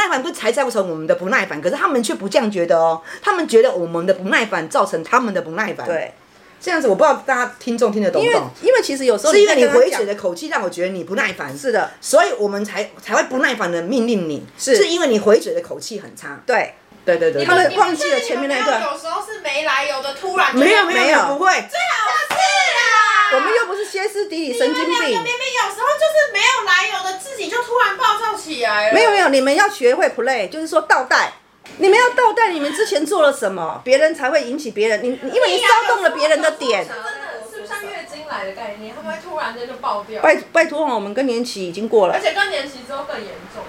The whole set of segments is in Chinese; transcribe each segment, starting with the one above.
烦不才造成我们的不耐烦，可是他们却不这样觉得哦，他们觉得我们的不耐烦造成他们的不耐烦。 对， 这样子我不知道大家听众听得懂不懂？ 因为其实有时候是因为你回嘴的口气让我觉得你不耐烦， 是的， 所以我们才会不耐烦的命令你，是因为你回嘴的口气很差。 对。 对， 他们忘记了前面那一段。 有时候是没来由的，突然没有不会。 最好是啦。 我们又不是歇斯底里神经病。 明明有时候就是没有来由的，自己就突然暴躁起来了。 没有，你们要学会 play， 就是说倒带。你们要倒带，你们之前做了什么，别人才会引起别人，因为你骚动了别人的点。 真的是不是像月经来的概念，他们会突然间就爆掉。 拜托我们更年期已经过了， 而且更年期之后更严重。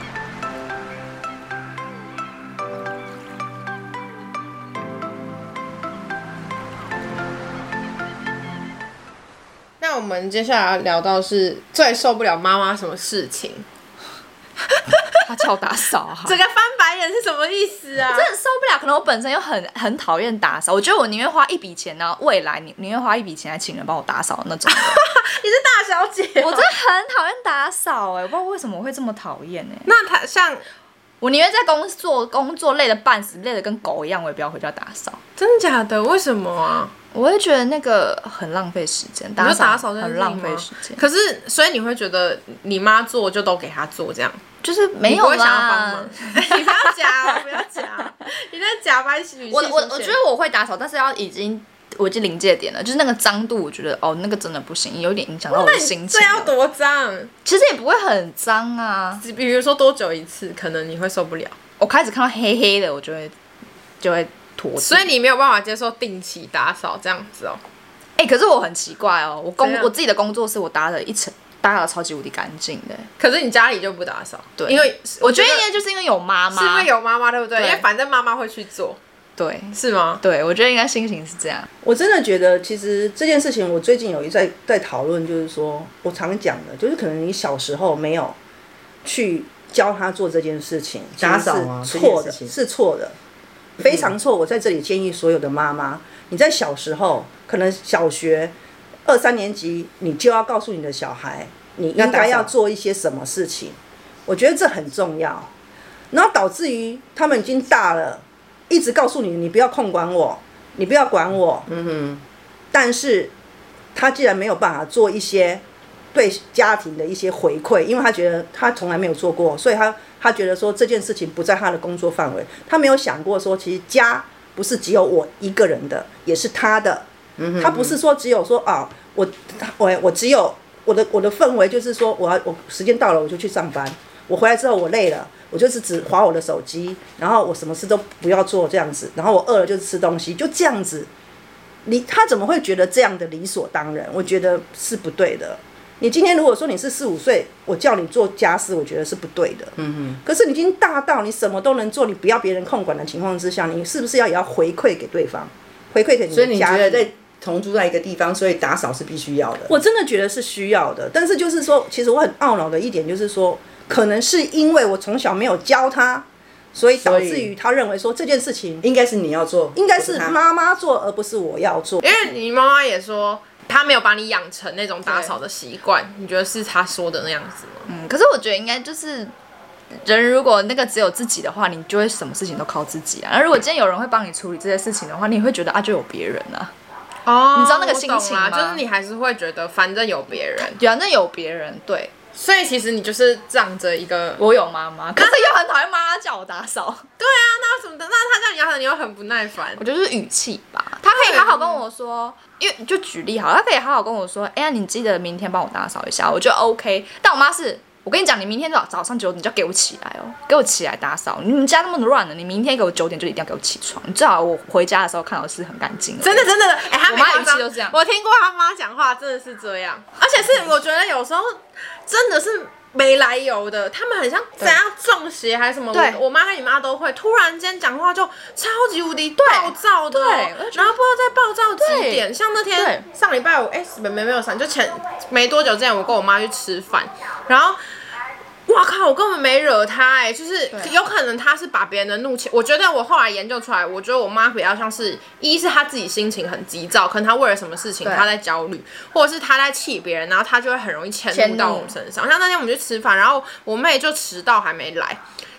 那我们接下来要聊到是最受不了妈妈什么事情？ 他叫我打扫啊！ 整个翻白眼是什么意思啊？ 我真的受不了，可能我本身又很讨厌打扫，我觉得我宁愿花一笔钱呢，未来宁愿花一笔钱来请人帮我打扫那种。 你是大小姐、 我真的很讨厌打扫我不知道为什么我会这么讨厌那他像我宁愿在工作累得半死，累得跟狗一样，我也不要回家打扫。 真的假的？为什么啊？ 我会觉得那个很浪费时间，打扫很浪费时间。 可是，所以你会觉得你妈做就都给她做这样？ 就是没有啦。 你不会想要帮忙？你不要假，不要假，你在假掰语气。 我觉得我会打扫，但是我已经临界点了，就是那个脏度，我觉得那个真的不行，有点影响到我的心情。 这要多脏？ 其实也不会很脏啊。 比如说多久一次，可能你会受不了。 我开始看到黑黑的，我就会拖地。 所以你没有办法接受定期打扫这样子哦。 可是我很奇怪哦，我自己的工作室我搭了超级无敌干净的。 可是你家里就不打扫？ 对， 因为我觉得应该就是因为有妈妈， 是因为有妈妈对不对？因为反正妈妈会去做。 对， 是吗？ 对，我觉得应该心情是这样。 我真的觉得，其实这件事情，我最近有在讨论，就是说我常讲的，就是可能你小时候没有去教他做这件事情， 打扫吗？ 错的，是错的，非常错。我在这里建议所有的妈妈，你在小时候，可能小学2、3年级，你就要告诉你的小孩，你应该要做一些什么事情。我觉得这很重要，然后导致于他们已经大了。一直告诉你，你不要控管我，你不要管我。但是，他既然没有办法做一些对家庭的一些回馈，因为他觉得他从来没有做过，所以他觉得说这件事情不在他的工作范围。他没有想过说，其实家不是只有我一个人的，也是他的。他不是说只有说我只有我的氛围就是说我时间到了我就去上班，我回来之后我累了。我就是只滑我的手机，然后我什么事都不要做这样子，然后我饿了就吃东西，就这样子。他怎么会觉得这样的理所当然？我觉得是不对的。你今天如果说你是4、5岁，我叫你做家事，我觉得是不对的。可是你已经大到你什么都能做，你不要别人控管的情况之下，你是不是也要回馈给对方，回馈给你的家庭？ 所以你觉得在同住在一个地方，所以打扫是必须要的？ 我真的觉得是需要的，但是就是说，其实我很懊恼的一点就是说。可能是因为我从小没有教他，所以导致于他认为说这件事情应该是你要做， 应该是妈妈做，而不是我要做。 因为你妈妈也说，她没有把你养成那种打扫的习惯，你觉得是她说的那样子吗？ 可是我觉得应该就是人如果那个只有自己的话，你就会什么事情都靠自己啊。而如果今天有人会帮你处理这些事情的话，你也会觉得就有别人啊。你知道那个心情吗？ 就是你还是会觉得反正有别人， 反正有别人，对。 所以其实你就是仗着一个我有妈妈，可是又很讨厌妈妈叫我打扫。 对啊，那什么的，那他叫你打扫，你又很不耐烦。 我觉得是语气吧，他可以好好跟我说，因为就举例好，他可以好好跟我说，你记得明天帮我打扫一下，我觉得 OK。但我妈是，我跟你讲，你明天早上9点就要给我起来哦，给我起来打扫。你们家那么乱了，你明天给我9点就一定要给我起床，你最好我回家的时候看到是很干净的。 真的， 我妈语气都这样。 我听过他妈讲话，真的是这样，而且是我觉得有时候真的是。没来由的，他们很像怎样中邪还是什么？我妈跟你妈都会突然间讲话就超级无敌暴躁的，然后不知道在暴躁几点。像那天上礼拜五，没有上，就没多久之前，我跟我妈去吃饭，然后。哇靠！我根本没惹他就是有可能他是把别人的怒气，我觉得我后来研究出来，我觉得我妈比较像是，一是她自己心情很急躁，可能她为了什么事情她在焦虑，或者是她在气别人，然后她就会很容易迁怒到我们身上。像那天我们去吃饭，然后我妹就迟到还没来，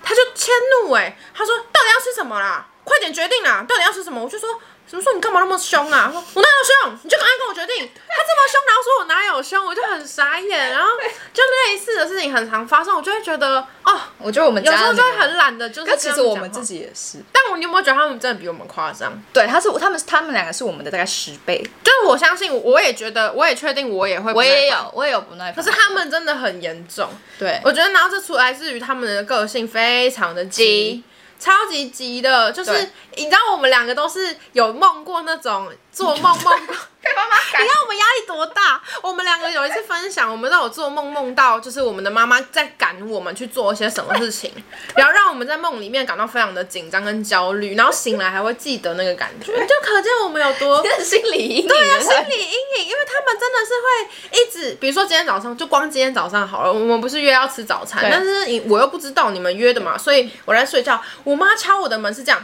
他就迁怒他说到底要吃什么啦？快点决定啦！到底要吃什么？我就说。什么说你干嘛那么凶啊？说我哪有凶？你就赶快跟我决定。他这么凶，然后说我哪有凶？我就很傻眼。然后就类似的事情很常发生，我就会觉得我觉得我们家有时候就会很懒的，就是但其实我们自己也是。 但你有没有觉得他们真的比我们夸张？ 对，他们两个是我们的大概10倍。 就是我相信，我也觉得，我也确定，我也会， 我也有不耐烦。 可是他们真的很严重。 对， 我觉得然后这出来自于他们的个性非常的急。超级急的，就是你知道我们两个都是有梦过那种做梦过， 跟妈妈赶。 你看我们压力多大？我们两个有一次分享，我们都有做梦到，就是我们的妈妈在赶我们去做一些什么事情，然后让我们在梦里面感到非常的紧张跟焦虑，然后醒来还会记得那个感觉，就可见我们有多心理阴影。 对啊，心理阴影，因为他们真的是会一直，比如说今天早上，就光今天早上好了，我们不是约要吃早餐，但是我又不知道你们约的嘛，所以我在睡觉，我妈敲我的门是这样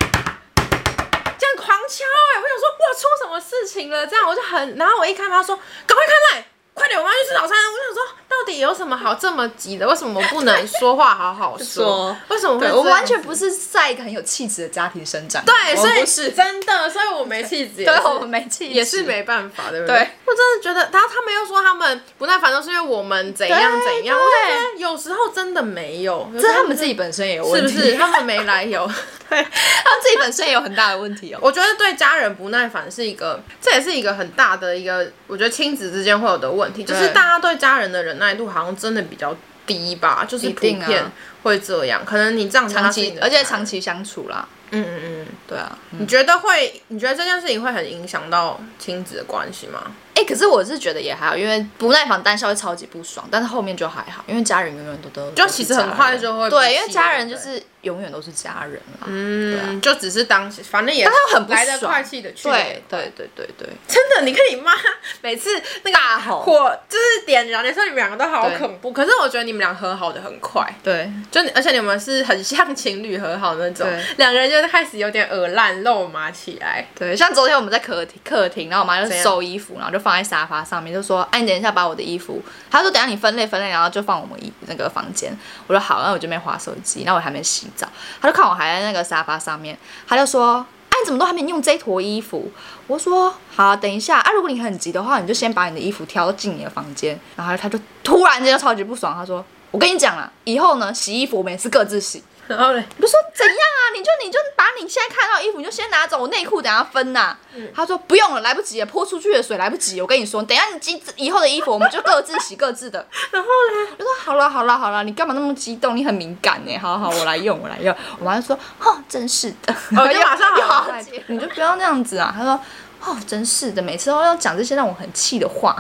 狂敲我想说哇出什么事情了？这样我就很，然后我一开门，她说赶快开来，快点，我们要去吃早餐。我想说到底有什么好这么急的？为什么我不能说话好好说？为什么会？ 我们完全不是在一个很有气质的家庭生长。 对，所以不是真的，所以我没气质， 对，我们没气质也是没办法，对不对？ 对， 我真的觉得，然后他们又说他们不耐烦，都是因为我们怎样怎样。我觉得有时候真的没有， 这他们自己本身也有问题， 是不是？他们没来由。 对，他们自己本身也有很大的问题我觉得对家人不耐烦是一个，这也是一个很大的一个，我觉得亲子之间会有的问题，就是大家对家人的忍耐度好像真的比较低吧，就是普遍会这样。可能你这样长期，而且长期相处啦。对啊。 你觉得这件事情会很影响到亲子的关系吗？ 可是我是觉得也还好，因为不耐烦当下会超级不爽，但是后面就还好，因为家人永远都就其实很快就会对，因为家人就是永远都是家人啦。 对啊，就只是反正也很不爽， 来得快去的去。 对， 真的，你跟你妈每次那个火就是点燃的时候，你们两个都好恐怖。可是我觉得你们俩和好的很快。 对， 而且你们是很像情侣和好那种，两个人就开始有点耳烂肉麻起来。 对，像昨天我们在客厅，然后我妈就收衣服，然后就放在沙发上面，就说：“你等一下把我的衣服。”她说：“等一下你分类，然后就放我们那个房间。”我说：“好。”然后我就没滑手机，然后我还没洗澡，她就看我还在那个沙发上面，她就说：“你怎么都还没用这一坨衣服？”我说：“好，等一下如果你很急的话，你就先把你的衣服挑进你的房间。”然后她就突然间就超级不爽，她说：“我跟你讲啦，以后呢洗衣服我们也是各自洗。” 然后呢？ 我就说怎样啊？你就把你现在看到的衣服，你就先拿走，我内裤等下分呐。他说不用了，来不及了，泼出去的水来不及。我跟你说，等一下你以后的衣服，我们就各自洗各自的。 然后呢？ 我就说好了，你干嘛那么激动？你很敏感呢。好，我来用。我妈就说真是的， 我就马上好， 你就不要那样子啊。他说真是的，每次都要讲这些让我很气的话。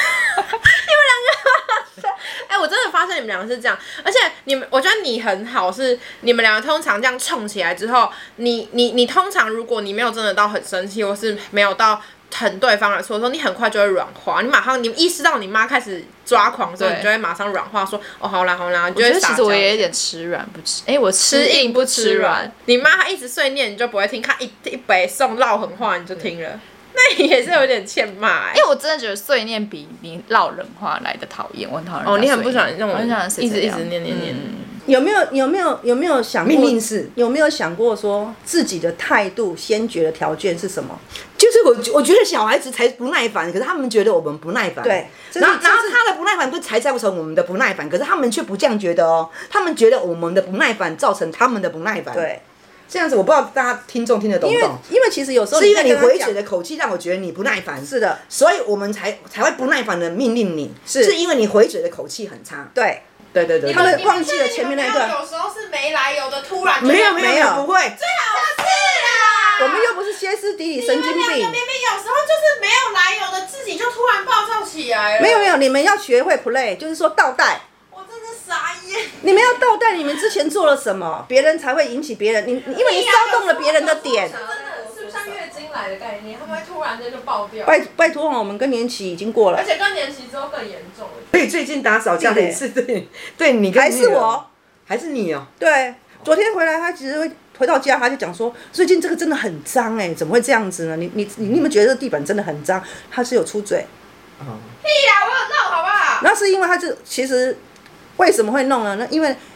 我真的发现你们两个是这样，而且我觉得你很好，是你们两个通常这样冲起来之后，你通常如果你没有真的到很生气，或是没有到很对方的错的时候，你很快就会软化，你意识到你妈开始抓狂的时候，你就会马上软化说好啦，你就会撒娇。 其实我也有点吃软不吃，我吃硬不吃软。 你妈她一直碎念，你就不会听；看一北送唠狠话，你就听了。那你也是有点欠骂因为我真的觉得碎念比你唠人话来的讨厌，我很讨厌。 你很不喜欢那种， 我很想一直念。 有没有想过命令式？ 有没有想过说自己的态度先决的条件是什么？ 就是我觉得小孩子才不耐烦，可是他们觉得我们不耐烦。 对， 然后他的不耐烦不是才造成我们的不耐烦，可是他们却不这样觉得哦，他们觉得我们的不耐烦造成他们的不耐烦。 对。 这样子我不知道大家听众听得懂不懂？ 因为其实有时候是因为你回嘴的口气让我觉得你不耐烦， 是的， 所以我们才会不耐烦的命令你，是因为你回嘴的口气很差。 对， 他们忘记了前面那段。 有时候是没来由的突然。 没有，不会。最好是啦。 我们又不是歇斯底里神经病。 明明有时候就是没有来由的，自己就突然暴躁起来了。 没有，你们要学会 play， 就是说倒带。 傻眼！ 你们要倒带，你们之前做了什么，别人才会引起别人，因为你骚动了别人的点。 真的是不是像月经来的概念？他们会突然间就爆掉。 拜托我们更年期已经过了， 而且更年期之后更严重了。 所以最近打扫家里是对你跟还是我， 还是你哦？ 对，昨天回来他其实回到家他就讲说，最近这个真的很脏怎么会这样子呢？你有没有觉得这地板真的很脏？他是有出嘴。 屁啦，我有弄好不好？ 那是因为他其实。为什么会弄呢？那因为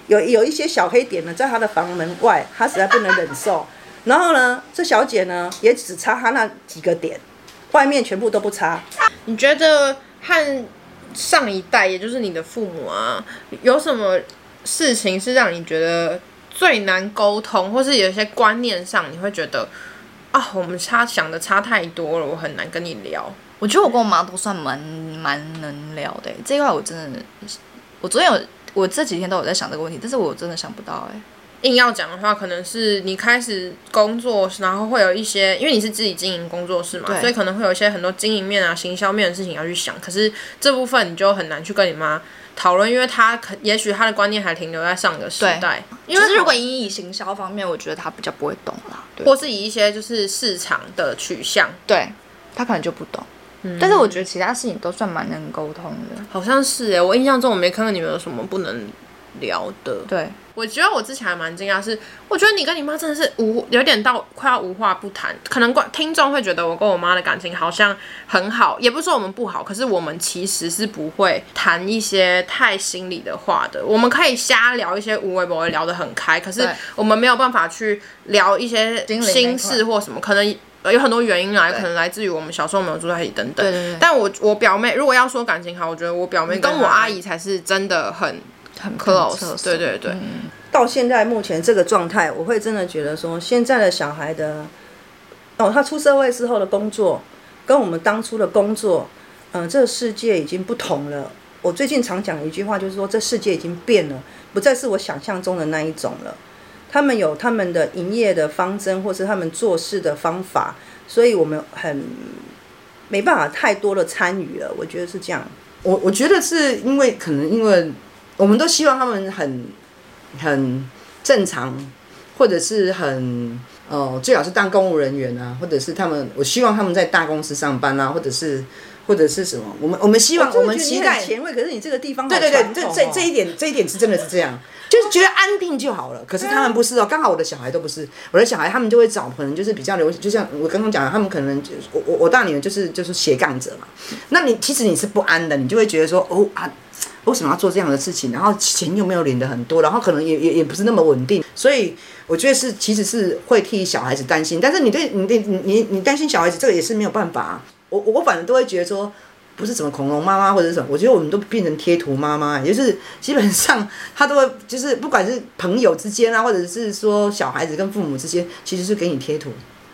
有一些小黑点呢，在她的房门外，她实在不能忍受。然后呢，这小姐呢也只擦她那几个点，外面全部都不擦。 你觉得和上一代，也就是你的父母啊，有什么事情是让你觉得最难沟通，或是有一些观念上你会觉得啊，我们想的差太多了，我很难跟你聊？ 我觉得我跟我妈都算蛮能聊的，这一块我真的，我这几天都有在想这个问题，但是我真的想不到硬要讲的话，可能是你开始工作，然后会有一些，因为你是自己经营工作室嘛，所以可能会有一些很多经营面啊、行销面的事情要去想。可是这部分你就很难去跟你妈讨论，因为也许她的观念还停留在上个时代。 因为如果以行销方面，我觉得她比较不会懂啦， 或是以一些就是市场的取向， 对她可能就不懂。但是我觉得其他事情都算蛮能沟通的。 好像是我印象中我没看到你们有什么不能聊的。 对， 我觉得我之前还蛮惊讶，是我觉得你跟你妈真的是有点到快要无话不谈。可能听众会觉得我跟我妈的感情好像很好，也不是说我们不好，可是我们其实是不会谈一些太心里的话的。我们可以瞎聊一些无微不微，聊得很开，可是我们没有办法去聊一些心事或什么，可能有很多原因可能来自于我们小时候没有住在一起等等。 对。 但我表妹如果要说感情好，我觉得我表妹跟我阿姨才是真的很 close。对。 到现在目前这个状态，我会真的觉得说，现在的小孩的他出社会之后的工作，跟我们当初的工作，这个世界已经不同了。我最近常讲的一句话就是说，这世界已经变了，不再是我想象中的那一种了。他们有他们的营业的方针，或是他们做事的方法，所以我们没办法太多的参与了。我觉得是这样。 我觉得是因为我们都希望他们很正常，或者是最好是当公务人员啊，或者是我希望他们在大公司上班啊，或者是什么，我们希望我们期待前卫，可是你这个地方好对， 传统这一点是真的是这样，就是觉得安定就好了。可是他们不是刚好我的小孩都不是，我的小孩他们就会找可能就是比较流行，就像我刚刚讲的，他们可能我大女儿就是斜杠者嘛，那其实你是不安的，你就会觉得说为什么要做这样的事情？然后钱又没有领得很多，然后可能也不是那么稳定，所以我觉得其实是会替小孩子担心。但是你担心小孩子，这个也是没有办法。我反正都会觉得说，不是什么恐龙妈妈或者是什么，我觉得我们都变成贴图妈妈，就是基本上他都会就是不管是朋友之间啊，或者是说小孩子跟父母之间，其实是给你贴图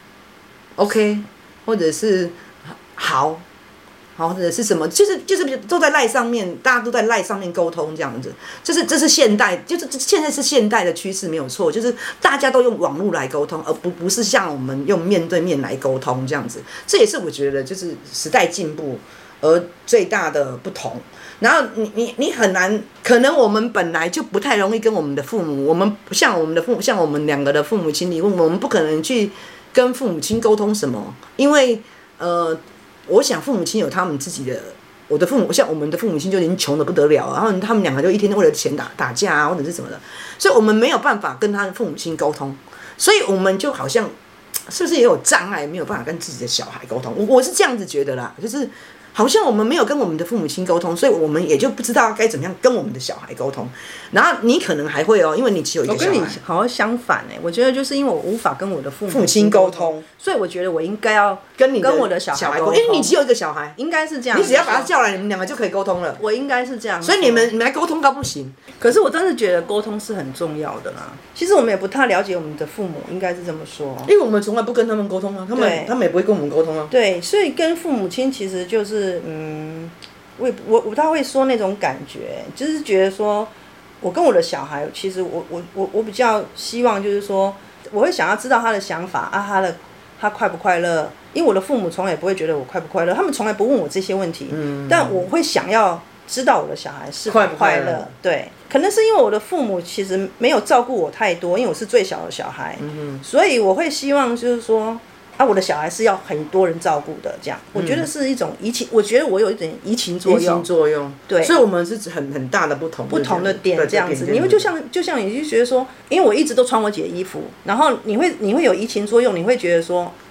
，OK， 或者是好，或者是什么，就是都在赖上面，大家都在赖上面沟通这样子，这是现代，就是现在是现代的趋势没有错，就是大家都用网络来沟通，而不是像我们用面对面来沟通这样子，这也是我觉得就是时代进步而最大的不同。然后你很难，可能我们本来就不太容易跟我们的父母，我们像我们两个的父母亲离婚，我们不可能去跟父母亲沟通什么，因为我想父母亲有他们自己的，我的父母像我们的父母亲就已经穷得不得了，然后他们两个就一天为了钱打架啊，或者是什么的，所以我们没有办法跟他的父母亲沟通，所以我们就好像是不是也有障碍，没有办法跟自己的小孩沟通？我是这样子觉得啦，就是好像我们没有跟我们的父母亲沟通，所以我们也就不知道该怎么样跟我们的小孩沟通。然后你可能还会因为你只有一个小孩， 我跟你好像相反我觉得就是因为我无法跟我的父母亲沟通，所以我觉得我应该要跟我的小孩沟通， 因为你只有一个小孩， 应该是这样， 你只要把他叫来，你们两个就可以沟通了。 我应该是这样， 所以你们来沟通到不行。 可是我真的觉得沟通是很重要的啦。其实我们也不太了解我们的父母，应该是这么说， 因为我们从来不跟他们沟通啊，他们也不会跟我们沟通啊。 对，所以跟父母亲其实就是我不太会说那种感觉，就是觉得说，我跟我的小孩，其实我比较希望就是说，我会想要知道他的想法啊，他快不快乐？因为我的父母从来也不会觉得我快不快乐，他们从来不问我这些问题，但我会想要知道我的小孩是否快乐。对，可能是因为我的父母其实没有照顾我太多，因为我是最小的小孩，所以我会希望就是说。我的小孩是要很多人照顾的，这样，我觉得是一种移情，我觉得我有一点移情作用，对， 所以我们是很大的不同的点这样子。你会就像你就觉得说，因为我一直都穿我姐的衣服，然后你会有移情作用，你会觉得说，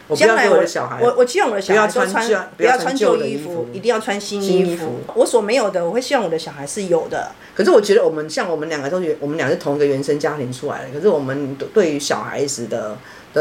我不要给我的小孩， 我希望我的小孩都不要穿旧衣服， 一定要穿新衣服。我所没有的，我会希望我的小孩是有的。 可是我觉得我们两个我们俩是同一个原生家庭出来的，可是我们对于小孩子的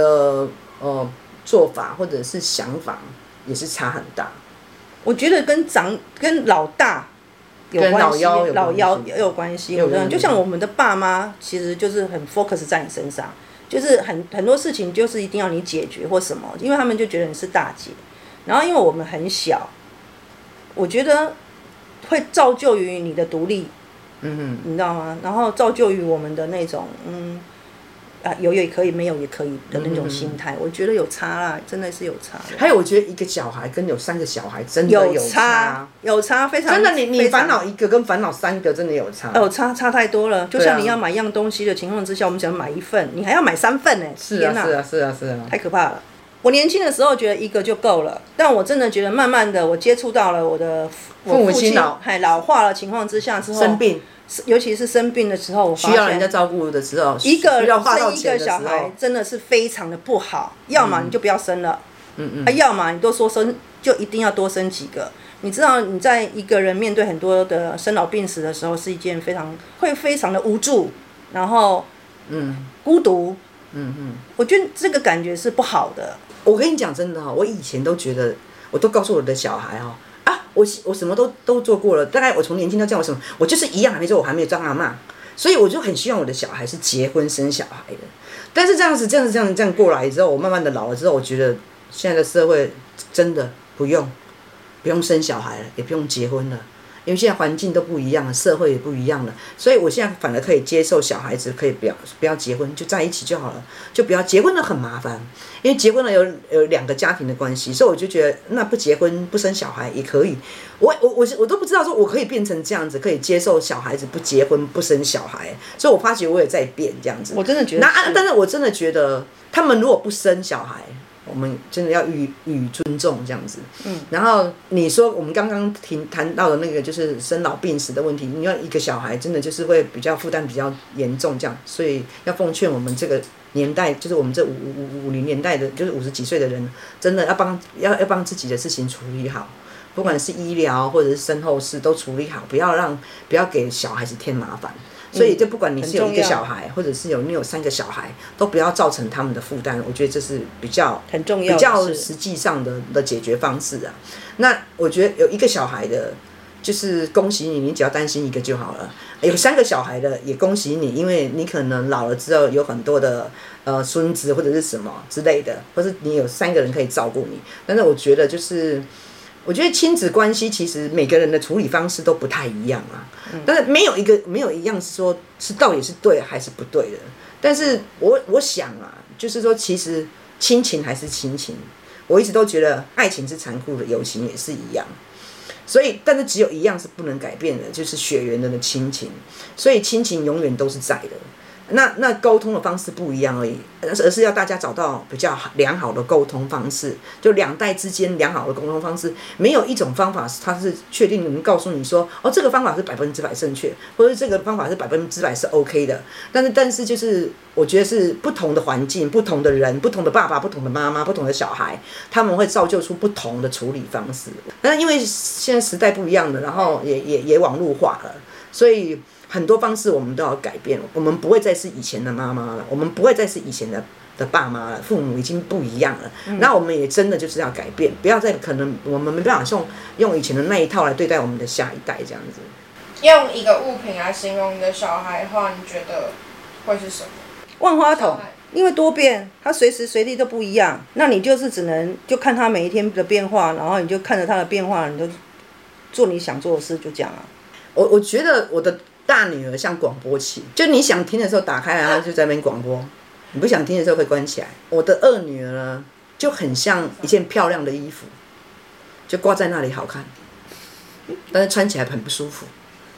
做法或者是想法也是差很大。 我觉得跟老大有关系，老幺也有关系。就像我们的爸妈，其实就是很 focus 在你身上。就是很多事情就是一定要你解决或什么，因为他们就觉得你是大姐，然后因为我们很小，我觉得会造就于你的独立，你知道吗？然后造就于我们的那种有也可以，没有也可以的那种心态，我觉得有差啦，真的是有差的。 还有，我觉得一个小孩跟有3个小孩真的有差， 非常真的，你烦恼1个跟烦恼3个真的有差， 差太多了。就像你要买一样东西的情况之下，我们只能买1份，你还要买3份呢。 是啊， 太可怕了。我年轻的时候觉得1个就够了，但我真的觉得慢慢的，我接触到了我父母亲老化的情况之下之后， 生病。 尤其是生病的时候，我发现需要人家照顾的时候， 生一个小孩真的是非常的不好。要么你就不要生了，要么你都说生就一定要多生几个。你知道你在一个人面对很多的生老病死的时候，是一件非常的无助，然后孤独，我觉得这个感觉是不好的。 我跟你讲真的我以前都觉得，我都告诉我的小孩我什么都做过了，大概我从年轻到这样，我就是一样还没做，我还没有当阿嬷，所以我就很希望我的小孩是结婚生小孩的。但是这样过来之后，我慢慢的老了之后，我觉得现在的社会真的不用生小孩了，也不用结婚了，因为现在环境都不一样了，社会也不一样了，所以我现在反而可以接受小孩子可以不要结婚，就在一起就好了，就不要结婚了很麻烦，因为结婚了有2个家庭的关系，所以我就觉得那不结婚不生小孩也可以。我都不知道说我可以变成这样子，可以接受小孩子不结婚不生小孩，所以我发觉我也在变这样子。 我真的觉得但是我真的觉得他们如果不生小孩，我们真的要予以尊重这样子。然后你说我们刚刚谈到的那个就是生老病死的问题，你要一个小孩真的就是会比较负担比较严重这样，所以要奉劝我们这个年代，就是我们这50年代的，就是50几岁的人，真的要帮自己的事情处理好，不管是医疗或者是身后事都处理好，不要给小孩子添麻烦。所以就不管你是有1个小孩，或者是你有3个小孩，都不要造成他们的负担。我觉得这是比较很重要、 比较实际上的解决方式啊。那我觉得有1个小孩的，就是恭喜你，你只要担心1个就好了。有3个小孩的也恭喜你，因为你可能老了之后有很多的孙子或者是什么之类的，或是你有3个人可以照顾你。但是我觉得我觉得亲子关系其实每个人的处理方式都不太一样啊，但是没有一样是说是到底是对还是不对的。但是我想就是说其实亲情还是亲情，我一直都觉得爱情是残酷的，友情也是一样。所以但是只有一样是不能改变的，就是血缘人的亲情，所以亲情永远都是在的。那沟通的方式不一样而已，而是要大家找到比较良好的沟通方式，就2代之间良好的沟通方式。没有一种方法它是确定能告诉你说这个方法是100%正确，或者这个方法是100%是 OK 的。但是就是我觉得是不同的环境、不同的人、不同的爸爸、不同的妈妈、不同的小孩，他们会造就出不同的处理方式。但是因为现在时代不一样了，然后也网络化了，所以很多方式我们都要改变，我们不会再是以前的妈妈了，我们不会再是以前的爸妈了，父母已经不一样了。那我们也真的就是要改变，不要再可能我们没办法用以前的那一套来对待我们的下一代这样子。 用一个物品来形容你的小孩的话，你觉得会是什么？ 万花筒，因为多变，它随时随地都不一样，那你就是只能就看它每一天的变化，然后你就看着它的变化，你就做你想做的事，就这样啊。 我觉得我的大女儿像广播器，就你想听的时候打开来，她就在那边广播；你不想听的时候会关起来。我的2女儿呢，就很像一件漂亮的衣服，就挂在那里好看，但是穿起来很不舒服。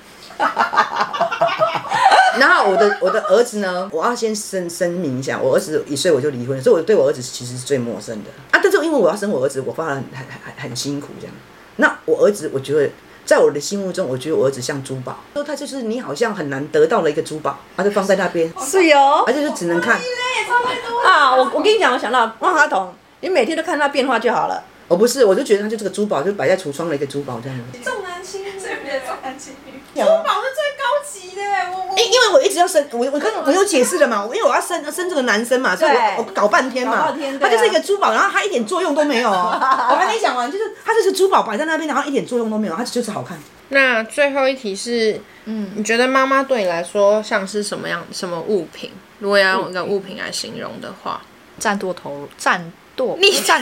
然后我的儿子呢，我要先声明一下，我儿子1岁我就离婚，所以我对我儿子其实是最陌生的啊。但是因为我要生我儿子，我发现很辛苦这样。那我儿子，我觉得在我的心目中，我觉得我儿子像珠宝，说他就是你好像很难得到的一个珠宝，他就放在那边， 是哦， 而且就只能看啊。我跟你讲，我想到万花筒， 你每天都看它变化就好了。 我不是，我就觉得它就这个珠宝，就摆在橱窗的一个珠宝这样子。 重男轻女，重男轻女，珠珠宝是最高级的。 因为我一直要生，我有解释了嘛，因为我要生这个男生嘛，所以我搞半天嘛，它就是一个珠宝，然后它一点作用都没有哦。我还没讲完，就是它这个珠宝摆在那边，然后一点作用都没有，它就是好看。 那最后一题是，你觉得妈妈对你来说像是什么物品？如果要用一个物品来形容的话， 战斗陀螺，战斗陀螺， 不要像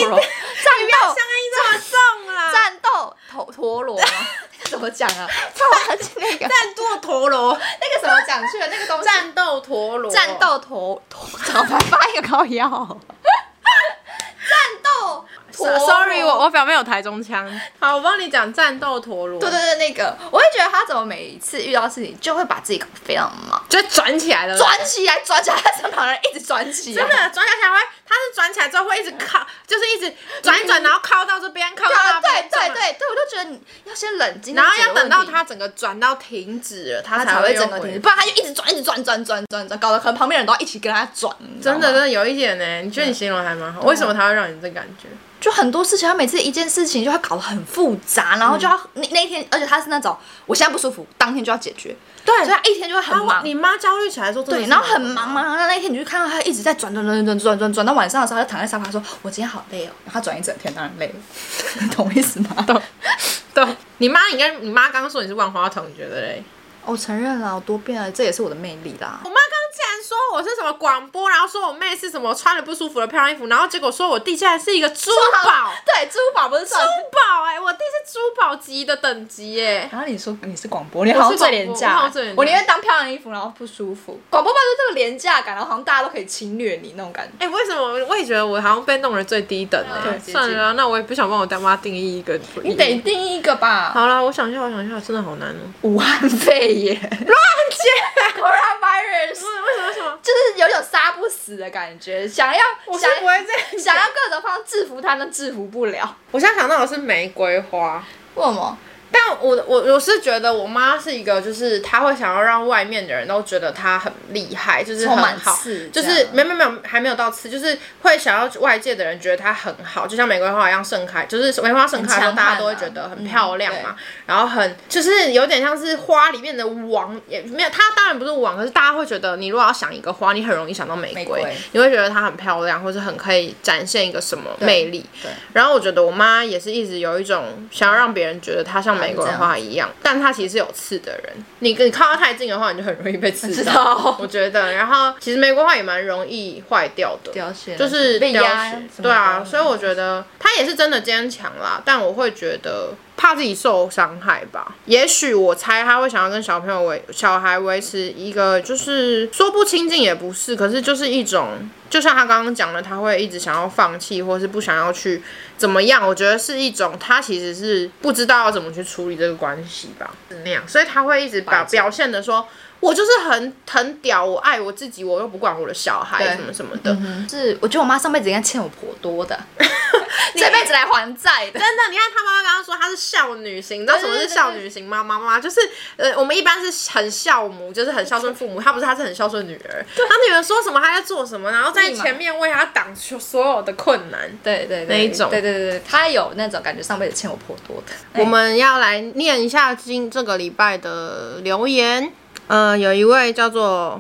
这么重啦， 战斗陀螺吗？怎么讲啊？超忘记那个战斗陀螺， 那个什么讲去了那个东西？ 战斗陀螺， 战斗陀，怎么发一个高腰？战斗陀螺 ，sorry， 我表妹有台中腔。好，我帮你讲战斗陀螺。 对，那个，我会觉得他怎么每一次遇到事情就会把自己搞得非常忙， 就转起来了， 转起来，身旁人一直转起来， 真的转起来他是转起来之后会一直靠，就是一直转一转，然后靠到这边，靠到那边。 对，我就觉得你要先冷静， 然后要等到他整个转到停止了，他才会整个停止，不然他就一直转，搞得可能旁边人都要一起跟他转。 真的有一点呢，你觉得你形容还蛮好。为什么他会让你这感觉？ 就很多事情，他每次一件事情就会搞得很复杂，然后就要那一天，而且他是那种我现在不舒服，当天就要解决， 对， 所以他一天就会很忙。 你妈焦虑起来的时候， 对，然后很忙嘛，那一天你就看到他一直在转到晚上的时候，他就躺在沙发说：“我今天好累哦。”然后他转一整天，当然累了，你懂我意思吗？ 懂。你妈刚刚说你是万花筒，你觉得嘞？ 我承认了，我多变了，这也是我的魅力啦。 我妈刚竟然说我是什么广播，然后说我妹是什么穿了不舒服的漂亮衣服，然后结果说我弟竟然是一个珠宝， 对，珠宝不是珠宝我弟是珠宝级的等级然后你说你是广播，你好像最廉价，我宁愿当漂亮衣服，然后不舒服。广播吧就这个廉价感，然后好像大家都可以侵略你那种感觉。 为什么？我也觉得我好像被弄得最低等算了，那我也不想帮我妈定义一个。 你得定义一个吧。 好了，我想一下，真的好难哦。 武汉肺炎。 乱讲 ，coronavirus， 为什么？ 就是有种杀不死的感觉，想要不会这样想要各种方式制服它，但制服不了。 我现在想到的是玫瑰花， 为什么？ 但我是觉得我妈是一个，就是她会想要让外面的人都觉得她很厉害，就是很好，就是没有还没有到刺，就是会想要外界的人觉得她很好，就像玫瑰花一样盛开，就是玫瑰花盛开的时候，大家都会觉得很漂亮嘛，然后很就是有点像是花里面的王，也没有，它当然不是王，可是大家会觉得你如果要想一个花，你很容易想到玫瑰，你会觉得它很漂亮，或是很可以展现一个什么魅力。对。然后我觉得我妈也是一直有一种想要让别人觉得她像玫瑰花一样，但它其实是有刺的人。你靠它太近的话，你就很容易被刺到。我觉得，然后其实玫瑰花也蛮容易坏掉的，就是被压。 对啊，所以我觉得它也是真的坚强啦，但我会觉得怕自己受伤害吧。也许我猜他会想要跟小孩维持一个，就是说不亲近也不是，可是就是一种。就像他刚刚讲的，他会一直想要放弃，或是不想要去怎么样。我觉得是一种他其实是不知道要怎么去处理这个关系吧，是那样，所以他会一直表现的说，我就是很屌，我爱我自己，我又不管我的小孩什么什么的。 是，我觉得我妈上辈子应该欠我颇多的，这辈子来还债的。 真的，你看他妈妈刚刚说她是孝女型，你知道什么是孝女型吗？妈妈就是我们一般是很孝母，就是很孝顺父母，她不是，她是很孝顺女儿。她女儿说什么，她在做什么，然后在前面为她挡出所有的困难。对，那一种。 对，她有那种感觉，上辈子欠我颇多的。 我们要来念一下这个礼拜的留言。有一位叫做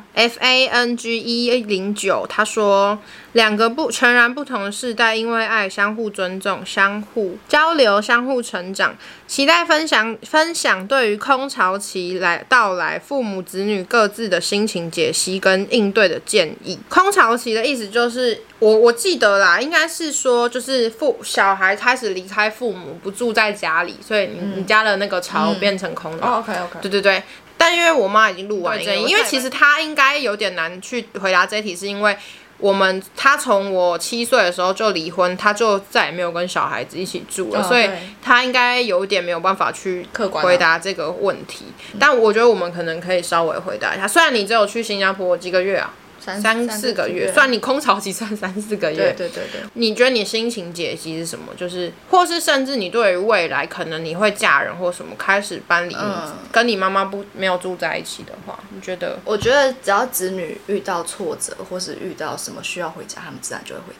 FANG109，他说两个全然不同的世代，因为爱相互尊重、相互交流、相互成长，期待分享对于空巢期到来父母子女各自的心情解析跟应对的建议。空巢期的意思就是我记得啦，应该是说就是小孩开始离开父母，不住在家里，所以你家的那个巢变成空了。 OK， 对。但因为我妈已经录完这一，因为其实她应该有点难去回答这一题，是因为她从我7岁的时候就离婚，她就再也没有跟小孩子一起住了，所以她应该有点没有办法去回答这个问题。但我觉得我们可能可以稍微回答一下，虽然你只有去新加坡几个月啊。3-4个月，算你空巢期算3-4个月。 对。 你觉得你心情解析是什么？就是或是甚至你对于未来可能你会嫁人或什么，开始搬离跟你妈妈没有住在一起的话，你觉得？ 我觉得只要子女遇到挫折或是遇到什么需要回家，他们自然就会回家了。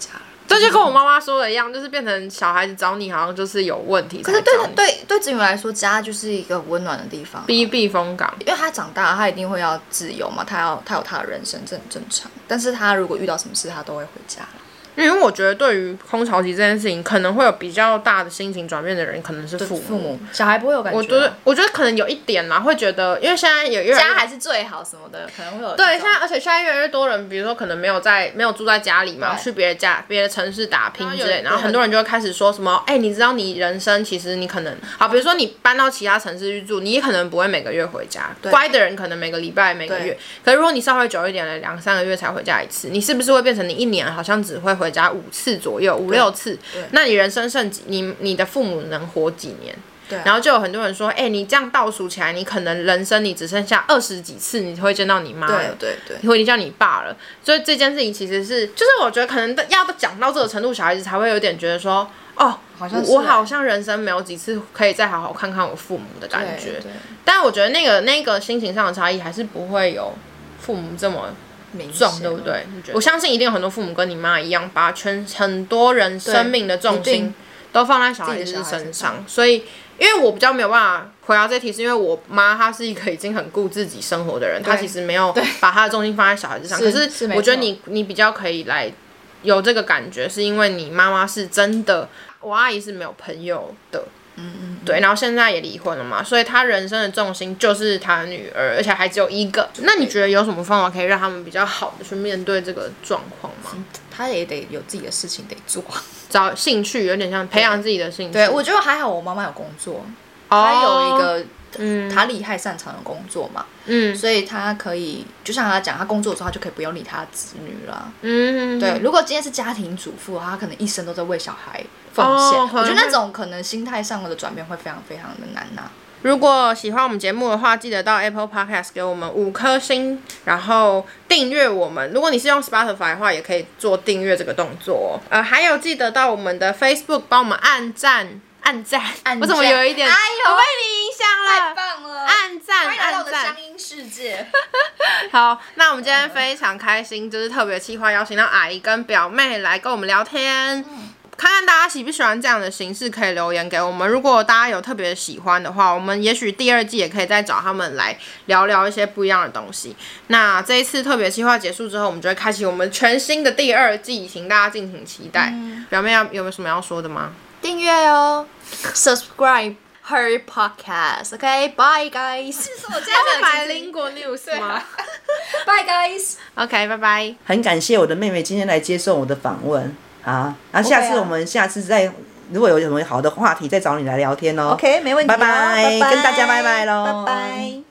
这就跟我妈妈说的一样，就是变成小孩子找你好像就是有问题才可找你。 是对子宇来说，家就是一个温暖的地方， 避风港。 因为他长大，他一定会要自由嘛，他有他的人生，这很正常。但是他如果遇到什么事，他都会回家。 因为我觉得对于空巢期这件事情，可能会有比较大的心情转变的人，可能是父母。 小孩不会有感觉。 我觉得可能有一点啦，会觉得，因为现在有越来越家还是最好什么的，可能会有。 对，而且现在越来越多人，比如说可能没有住在家里嘛，去别的城市打拼之类，然后很多人就会开始说什么，你知道你人生其实你可能好，比如说你搬到其他城市去住，你可能不会每个月回家，乖的人可能每个礼拜每个月，可是如果你稍微久一点的2-3个月才回家一次，你是不是会变成你1年好像只会回家5次左右，5-6次？那你人生剩你的父母能活几年？ 对， 然后就有很多人说，你这样倒数起来，你可能人生你只剩下20几次你会见到你妈了， 对， 你会见到你爸了。所以这件事情其实是，就是我觉得可能要讲到这个程度，小孩子才会有点觉得说，我好像人生没有几次可以再好好看看我父母的感觉。但我觉得那个心情上的差异还是不会有父母这么重，对不对？我相信一定有很多父母跟你妈一样，把很多人生命的重心都放在小孩子身上，所以。因为我比较没有办法回答这题，是因为我妈她是一个已经很顾自己生活的人，她其实没有把她的重心放在小孩子上。可是我觉得你比较可以来有这个感觉，是因为你妈妈是真的，我阿姨是没有朋友的，对，然后现在也离婚了嘛，所以她人生的重心就是她的女儿，而且还只有1个。那你觉得有什么方法可以让他们比较好的去面对这个状况吗？ 他也得有自己的事情得做， 找兴趣，有点像培养自己的兴趣。 对，我觉得还好，我妈妈有工作，她有一个她厉害擅长的工作嘛，所以她可以，就像她讲，她工作之后，她就可以不用理她的子女了。对，如果今天是家庭主妇，她可能一生都在为小孩奉献，我觉得那种可能心态上的转变会非常非常的难呐。 如果喜欢我们节目的话，记得到 Apple Podcast 给我们5颗星，然后订阅我们。如果你是用 Spotify 的话，也可以做订阅这个动作。还有记得到我们的 Facebook 帮我们按赞。我怎么有一点？我被你影响了， 太棒了！ 按赞， 欢迎来到我的乡音世界。 好，那我们今天非常开心，就是特别企划邀请到阿姨跟表妹来跟我们聊天。看看大家喜不喜欢这样的形式，可以留言给我们。如果大家有特别喜欢的话，我们也许第2季也可以再找他们来聊聊一些不一样的东西。那这一次特别企划结束之后，我们就会开启我们全新的第2季，请大家敬请期待。表妹有没有什么要说的吗？ 订阅哦 ，subscribe her podcast。OK，bye guys。是我今天没有买苹果 news 吗 ？Bye guys。OK， 拜拜。 很感谢我的妹妹今天来接受我的访问。好，然后我们下次再如果有什么好的话题，再找你来聊天哦。 OK， 没问题。 拜拜，跟大家拜拜喽， 拜拜。